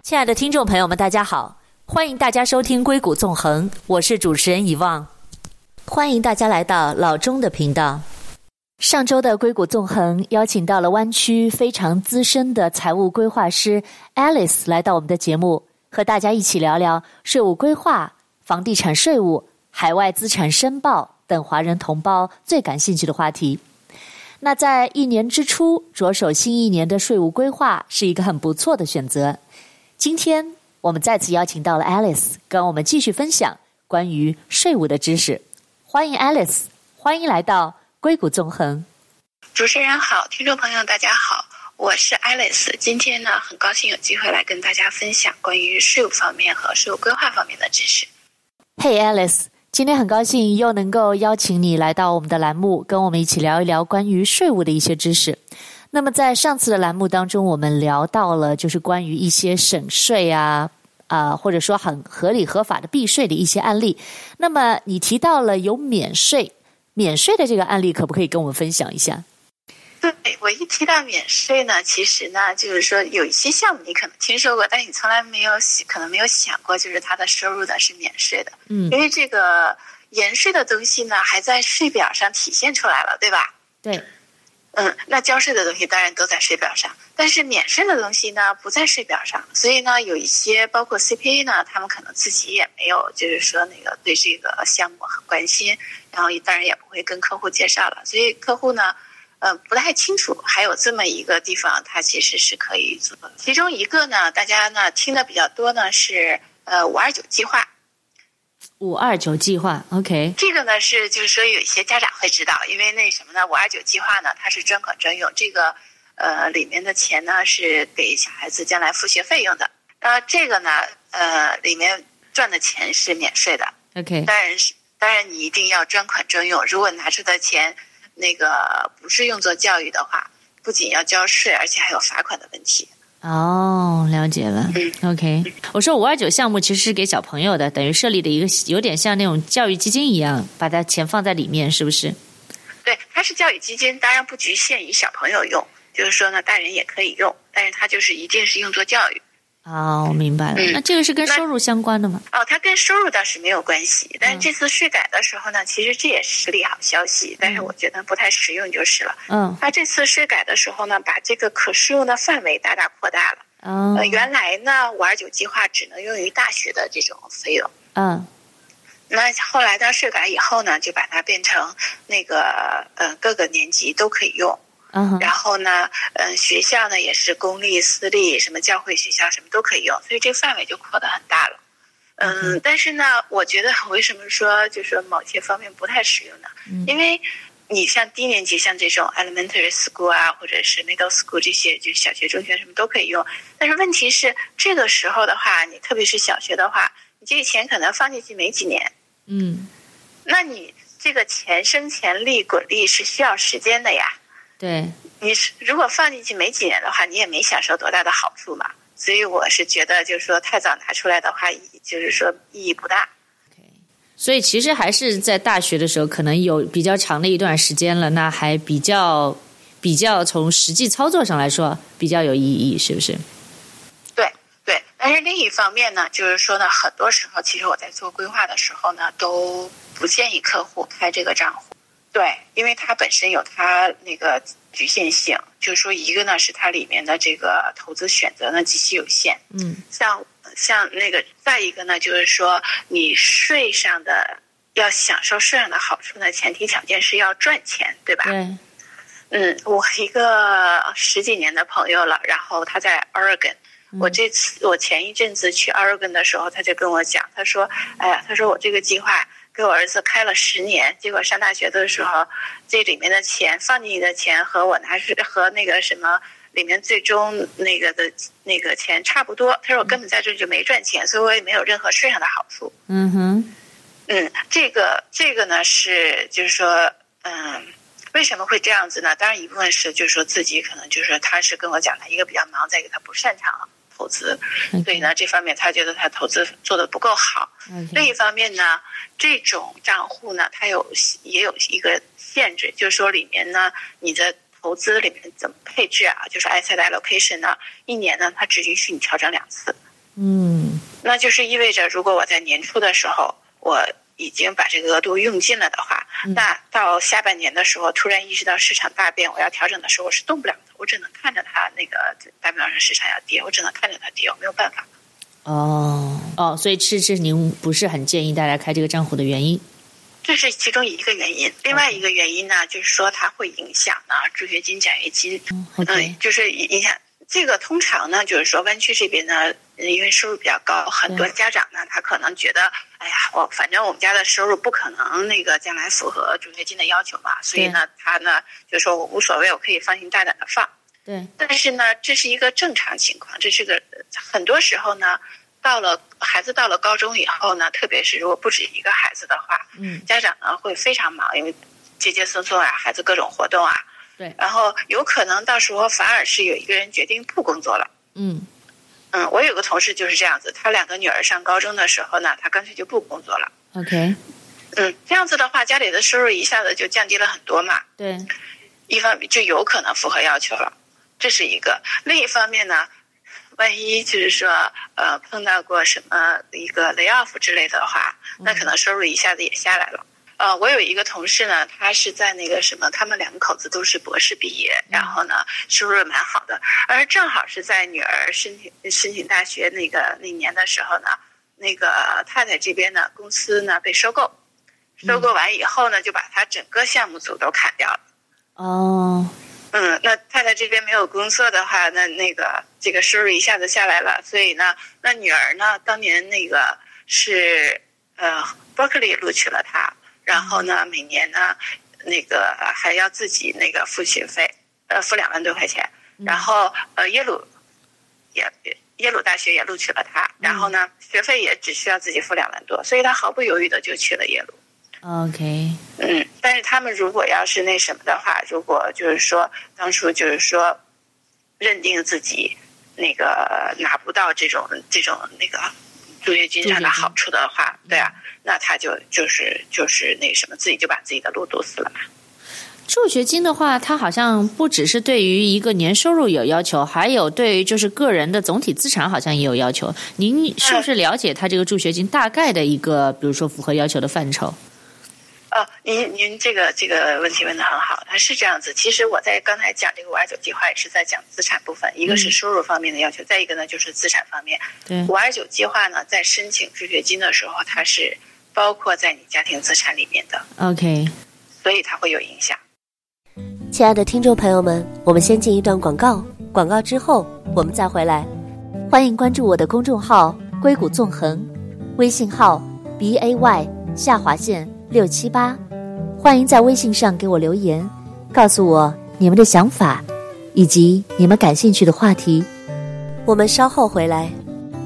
亲爱的听众朋友们，大家好，欢迎大家收听硅谷纵横，我是主持人遗忘，欢迎大家来到老钟的频道。上周的硅谷纵横邀请到了湾区非常资深的财务规划师 Alice 来到我们的节目，和大家一起聊聊税务规划、房地产税务、海外资产申报等华人同胞最感兴趣的话题。那在一年之初着手新一年的税务规划是一个很不错的选择。今天我们再次邀请到了 Alice 跟我们继续分享关于税务的知识。欢迎 Alice， 欢迎来到硅谷纵横。 主持人好，听众朋友大家好，我是 Alice。 今天呢，很高兴有机会来跟大家分享关于税务方面和税务规划方面的知识。 Hey Alice， 今天很高兴又能够邀请你来到我们的栏目，跟我们一起聊一聊关于税务的一些知识。那么在上次的栏目当中，我们聊到了就是关于一些省税或者说很合理合法的避税的一些案例。那么你提到了有免税的这个案例，可不可以跟我们分享一下？ 对，我一提到免税呢，其实呢就是说有一些项目你可能听说过，但你从来可能没有想过，就是它的收入呢是免税的。因为这个延税的东西呢还在税表上体现出来了，对吧？ 对。 那交税的东西当然都在税表上，但是免税的东西呢不在税表上，所以呢有一些包括 CPA 呢，他们可能自己也没有就是说那个对这个项目很关心，然后当然也不会跟客户介绍了，所以客户呢不太清楚还有这么一个地方它其实是可以做的。其中一个呢大家呢听的比较多呢是529计划。 529计划 OK， 这个呢是就是说有一些家长会知道，因为那什么呢，529计划呢它是专款专用，这个里面的钱呢是给小孩子将来付学费用的。这个呢里面赚的钱是免税的 OK， 当然你一定要专款专用，如果拿出的钱那个不是用作教育的话，不仅要交税，而且还有罚款的问题。 哦，了解了。OK， 我说529项目其实是给小朋友的，等于设立的一个有点像那种教育基金一样，把它钱放在里面，是不是？ 对，它是教育基金，当然不局限于小朋友用，就是说呢大人也可以用，但是它就是一定是用作教育。 哦，我明白了。那这个是跟收入相关的吗？ 它跟收入倒是没有关系，但是这次税改的时候呢，其实这也是利好消息，但是我觉得不太实用就是了。它这次税改的时候呢，把这个可适用的范围大大扩大了。原来呢529计划只能用于大学的这种费用。那后来到税改以后呢，就把它变成那个各个年级都可以用。然后呢学校呢也是公立私立什么教会学校什么都可以用，所以这个范围就扩得很大了。但是呢我觉得为什么说就是某些方面不太实用呢？因为你像低年级像这种 elementary school 啊或者是 middle school 这些就是小学中学什么都可以用，但是问题是这个时候的话，你特别是小学的话，你这个钱可能放进去没几年。那你这个钱生钱利滚利是需要时间的呀。 对， 你如果放进去没几年的话，你也没享受多大的好处嘛。所以我是觉得就是说太早拿出来的话就是说意义不大。 所以其实还是在大学的时候可能有比较长的一段时间了，那还比较从实际操作上来说比较有意义，是不是？对， 但是另一方面呢，就是说呢，很多时候其实我在做规划的时候呢，都不建议客户开这个账户。对，因为它本身有它那个局限性，就是说一个呢是它里面的这个投资选择呢极其有限。像那个再一个呢就是说你税上的要享受税上的好处呢，前提条件是要赚钱，对吧？对。我一个10几年的朋友了，然后他在 Oregon。我前一阵子去 Oregon 的时候，他就跟我讲，他说我这个计划给我儿子开了10年，结果上大学的时候，这里面的钱放进去的钱和我和那个什么里面最终那个的那个钱差不多。他说我根本在这就没赚钱，所以我也没有任何税上的好处。这个呢是就是说为什么会这样子呢？当然一部分是就是说自己可能就是他是跟我讲他一个比较忙，再一个他不擅长投资，所以呢这方面他觉得他投资做得不够好。另一方面呢，这种账户呢它也有一个限制，就是说里面呢你的投资里面怎么配置啊，就是 asset allocation 呢，一年呢它只允许你调整2次。 那就是意味着如果我在年初的时候我已经把这个额度用尽了的话，那到下半年的时候突然意识到市场大变，我要调整的时候我是动不了的，我只能看着它那个大面上市场要跌，我只能看着它跌，我没有办法。 所以这是您不是很建议大家开这个账户的原因。 这是其中一个原因，另外一个原因呢，就是说它会影响呢助学金、奖学金，就是影响这个。通常呢，就是说湾区这边呢，因为收入比较高，很多家长呢，他可能觉得，哎呀，反正我们家的收入不可能那个将来符合助学金的要求嘛，所以呢，他呢就说我无所谓，我可以放心大胆的放。 对， 但是呢，这是一个正常情况，这是个很多时候呢。孩子到了高中以后呢，特别是如果不止一个孩子的话，家长呢会非常忙，因为接接送送啊，孩子各种活动啊， 对， 然后有可能到时候反而是有一个人决定不工作了。我有个同事就是这样子，他2个女儿上高中的时候呢，他干脆就不工作了。 OK， 这样子的话，家里的收入一下子就降低了很多嘛。 对， 一方面就有可能符合要求了，这是一个。另一方面呢，万一就是说碰到过什么一个 lay off 之类的话，那可能收入一下子也下来了。我有一个同事呢，他是在那个什么，他们2口子都是博士毕业，然后呢收入蛮好的，而正好是在女儿申请大学那年的时候呢，那个太太这边呢公司呢被收购完以后呢，就把他整个项目组都砍掉了。那太太这边没有工作的话，那个这个收入一下子下来了，所以呢，那女儿呢，当年那个是Berkeley 录取了她，然后呢，每年呢，那个还要自己那个付学费，付2万多块钱，然后耶鲁大学也录取了她，然后呢，学费也只需要自己付2万多，所以她毫不犹豫的就去了耶鲁。 OK， 但是他们如果要是那什么的话，如果就是说当初就是说认定自己那个拿不到这种那个助学金上的好处的话，对啊，那他就是那什么，自己就把自己的路堵死了嘛。 助学金的话，它好像不只是对于一个年收入有要求，还有对于就是个人的总体资产好像也有要求。您是不是了解他这个助学金大概的一个，比如说符合要求的范畴？ 您这个问题问得很好，它是这样子。其实我在刚才讲这个529计划也是在讲资产部分，一个是收入方面的要求，再一个呢就是资产方面。 对 ，529计划呢在申请助学金的时候，它是包括在你家庭资产里面的。 OK， 所以它会有影响。 亲爱的听众朋友们，我们先进一段广告，广告之后我们再回来。欢迎关注我的公众号硅谷纵横，微信号 BAY_678，欢迎在微信上给我留言，告诉我你们的想法以及你们感兴趣的话题。我们稍后回来。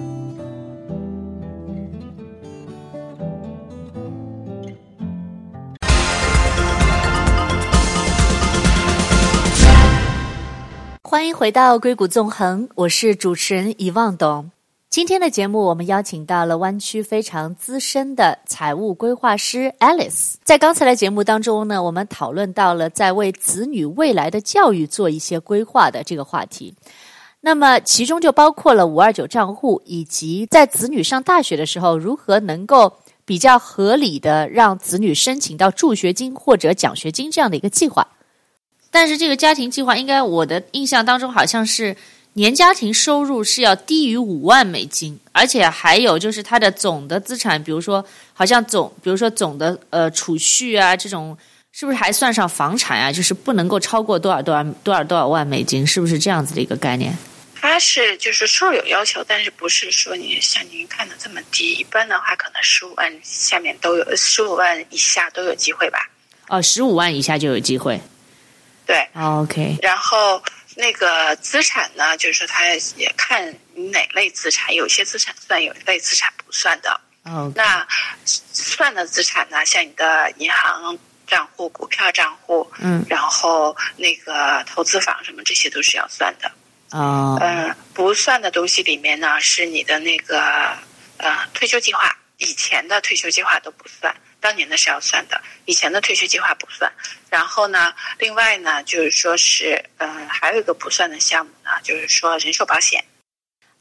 欢迎回到硅谷纵横，我是主持人遗忘董。今天的节目我们邀请到了湾区非常资深的财务规划师 Alice。 在刚才的节目当中呢，我们讨论到了在为子女未来的教育做一些规划的这个话题，那么其中就包括了529账户，以及在子女上大学的时候如何能够比较合理的让子女申请到助学金或者奖学金这样的一个计划。但是这个家庭计划应该我的印象当中好像是年家庭收入是要低于5万美金，而且还有就是它的总的资产，比如说好像总的储蓄啊，这种是不是还算上房产啊，就是不能够超过多少万美金，是不是这样子的一个概念？ 它是就是收入有要求，但是不是说你像您看的这么低，一般的话可能15万下面都有，15万以下都有机会吧。 15万以下就有机会。 对 ，OK。 然后那个资产呢，就是说他也看你哪类资产，有些资产算，有一类资产不算的。那算的资产呢，像你的银行账户、股票账户，然后那个投资房什么，这些都是要算的。不算的东西里面呢，是你的那个退休计划，以前的退休计划都不算。当年的是要算的，以前的退休计划不算。然后呢，另外呢，就是说是还有一个不算的项目呢，就是说人寿保险。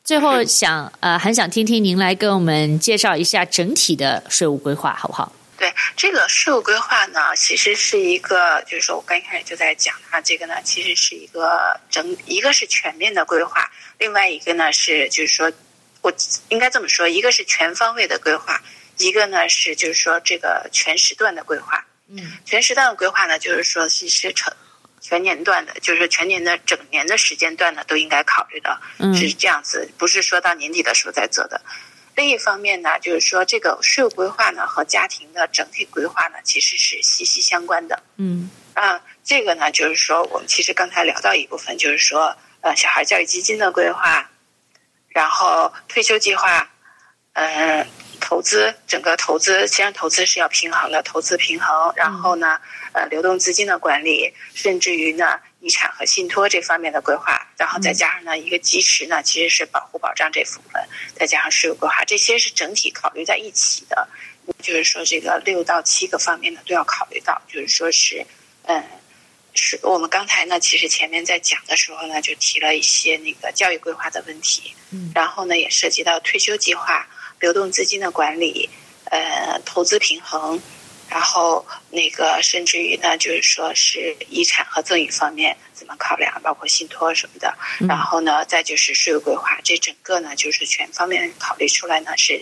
最后很想听听您来跟我们介绍一下整体的税务规划，好不好？ 对，这个税务规划呢，其实是一个，就是说我刚开始就在讲它这个呢，其实是一个一个是全面的规划，另外一个呢是就是说，我应该这么说，一个是全方位的规划，一个呢是就是说这个全时段的规划。全时段的规划呢，就是说是全年段的，就是全年的整年的时间段呢都应该考虑的，是这样子，不是说到年底的时候再做的。另一方面呢，就是说这个税务规划呢和家庭的整体规划呢其实是息息相关的。这个呢就是说我们其实刚才聊到一部分，就是说小孩教育基金的规划，然后退休计划，投资，整个投资，实际上投资是要平衡的，投资平衡，然后呢流动资金的管理，甚至于呢遗产和信托这方面的规划，然后再加上呢一个基石呢其实是保护保障这部分，再加上税务规划，这些是整体考虑在一起的，就是说这个6到7个方面呢都要考虑到，就是说是是我们刚才呢其实前面在讲的时候呢就提了一些那个教育规划的问题，然后呢也涉及到退休计划、流动资金的管理，投资平衡，然后那个甚至于呢就是说是遗产和赠与方面怎么考量，包括信托什么的，然后呢再就是税务规划，这整个呢就是全方面考虑出来呢是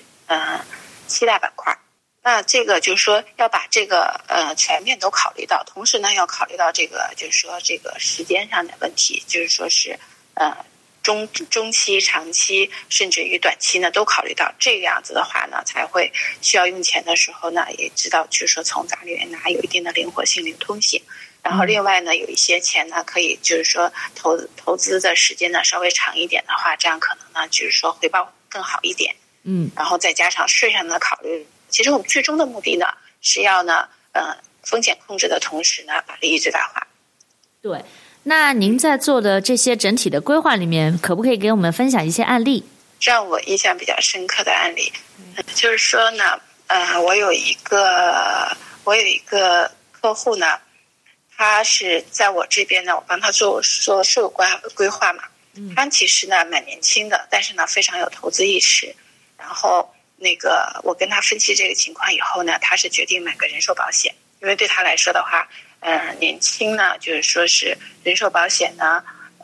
7大板块。那这个就是说要把这个全面都考虑到，同时呢要考虑到这个就是说这个时间上的问题，就是说是中期、长期甚至于短期呢都考虑到，这个样子的话呢才会需要用钱的时候呢也知道就是说从哪里面拿，有一定的灵活性、流通性。然后另外呢有一些钱呢可以就是说投资的时间呢稍微长一点的话，这样可能呢就是说回报更好一点。然后再加上税上的考虑，其实我们最终的目的呢是要呢风险控制的同时呢把利益最大化。 对，那您在做的这些整体的规划里面，可不可以给我们分享一些案例？ 让我印象比较深刻的案例，就是说呢我有一个客户呢，他是在我这边呢，我帮他做税务规划嘛。他其实呢蛮年轻的，但是呢非常有投资意识。然后那个我跟他分析这个情况以后呢，他是决定买个人寿保险，因为对他来说的话，年轻呢就是说是人寿保险呢，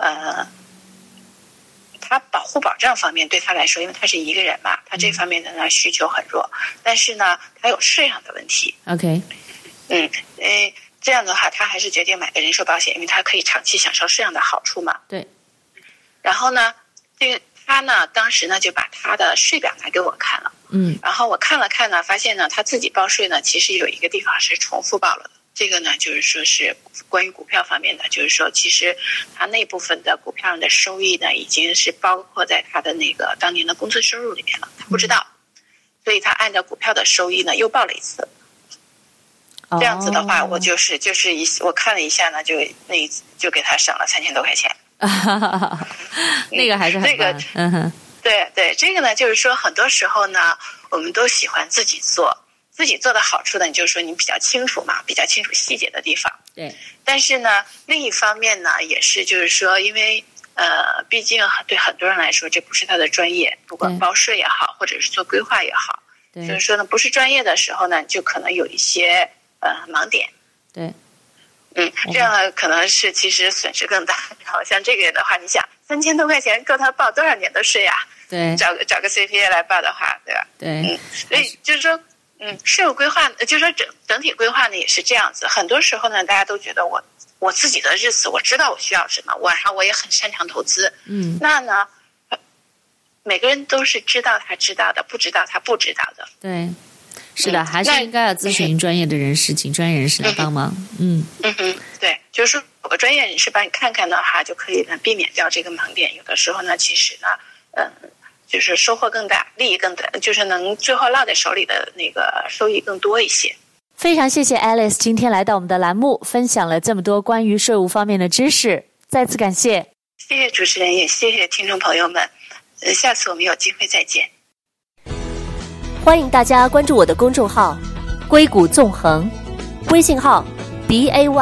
他保护保障方面对他来说，因为他是一个人嘛，他这方面的呢需求很弱，但是呢他有税上的问题。 OK， 这样的话他还是决定买个人寿保险，因为他可以长期享受税上的好处嘛。 对。 然后呢，他呢当时呢就把他的税表拿给我看了。然后我看了看呢，发现呢他自己报税呢其实有一个地方是重复报了的。这个呢就是说是关于股票方面的，就是说其实他那部分的股票上的收益呢已经是包括在他的那个当年的工资收入里面了，他不知道，所以他按照股票的收益呢又报了一次。这样子的话，我我看了一下呢，就给他省了3000多块钱。 那个还是很那个对，这个呢就是说很多时候呢我们都喜欢自己做的好处呢，你就是说你比较清楚嘛，比较清楚细节的地方。 对。 但是呢另一方面呢也是就是说，因为毕竟对很多人来说这不是他的专业，不管报税也好或者是做规划也好，就是说呢不是专业的时候呢就可能有一些盲点。 对。 这样呢可能是其实损失更大。然后像这个的话，你想3000多块钱够他报多少年的税啊？ 对， 找个 CPA 来报的话，对吧？ 对。 所以就是说税务规划就是说整体规划呢也是这样子。很多时候呢大家都觉得我自己的日子我知道我需要什么，然后我也很擅长投资。那呢每个人都是知道他知道的，不知道他不知道的。 对，是的，还是应该要咨询专业的人士，请专业人士来帮忙。 对，就是说有个专业人士帮你看看的话，就可以呢避免掉这个盲点。有的时候呢其实呢就是收获更大，利益更大，就是能最后落在手里的那个收益更多一些。 非常谢谢 Alice 今天来到我们的栏目，分享了这么多关于税务方面的知识，再次感谢。 谢谢主持人，也谢谢听众朋友们。下次我们有机会再见。 欢迎大家关注我的公众号硅谷纵横，微信号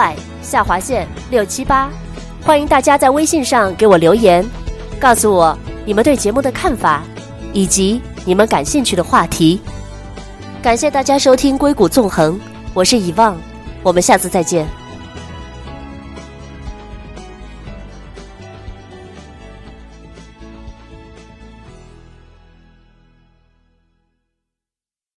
BAY_678，欢迎大家在微信上给我留言，告诉我你们对节目的看法，以及你们感兴趣的话题。感谢大家收听硅谷纵横，我是以望，我们下次再见。